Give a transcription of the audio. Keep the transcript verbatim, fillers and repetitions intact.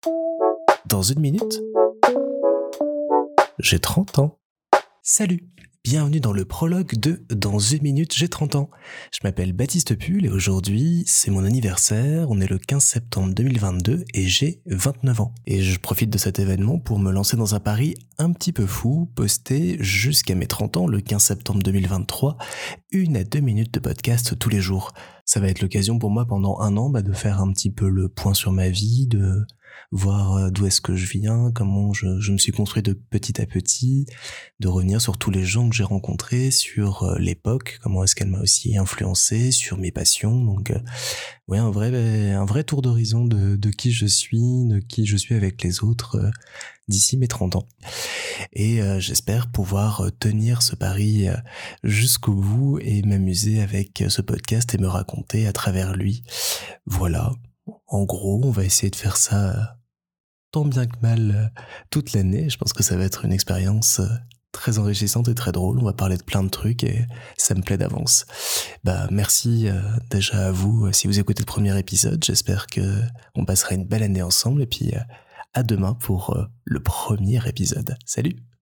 Dans une minute, j'ai trente ans. Salut, bienvenue dans le prologue de Dans une minute, j'ai trente ans. Je m'appelle Baptiste Pull et aujourd'hui, c'est mon anniversaire. On est le quinze septembre deux mille vingt-deux et j'ai vingt-neuf ans. Et je profite de cet événement pour me lancer dans un pari un petit peu fou, poster jusqu'à mes trente ans, le quinze septembre deux mille vingt-trois, une à deux minutes de podcast tous les jours. Ça va être l'occasion pour moi pendant un an bah, de faire un petit peu le point sur ma vie, de voir d'où est-ce que je viens, comment je, je me suis construit de petit à petit, de revenir sur tous les gens que j'ai rencontrés, sur l'époque, comment est-ce qu'elle m'a aussi influencé, sur mes passions. Donc, euh, ouais, un vrai, un vrai tour d'horizon de, de qui je suis, de qui je suis avec les autres euh, d'ici mes trente ans. Et euh, j'espère pouvoir tenir ce pari euh, jusqu'au bout et m'amuser avec ce podcast et me raconter à travers lui. Voilà. En gros, on va essayer de faire ça tant bien que mal toute l'année. Je pense que ça va être une expérience très enrichissante et très drôle. On va parler de plein de trucs et ça me plaît d'avance. Bah, merci euh, déjà à vous si vous écoutez le premier épisode. J'espère que on passera une belle année ensemble et puis euh, à demain pour euh, le premier épisode. Salut!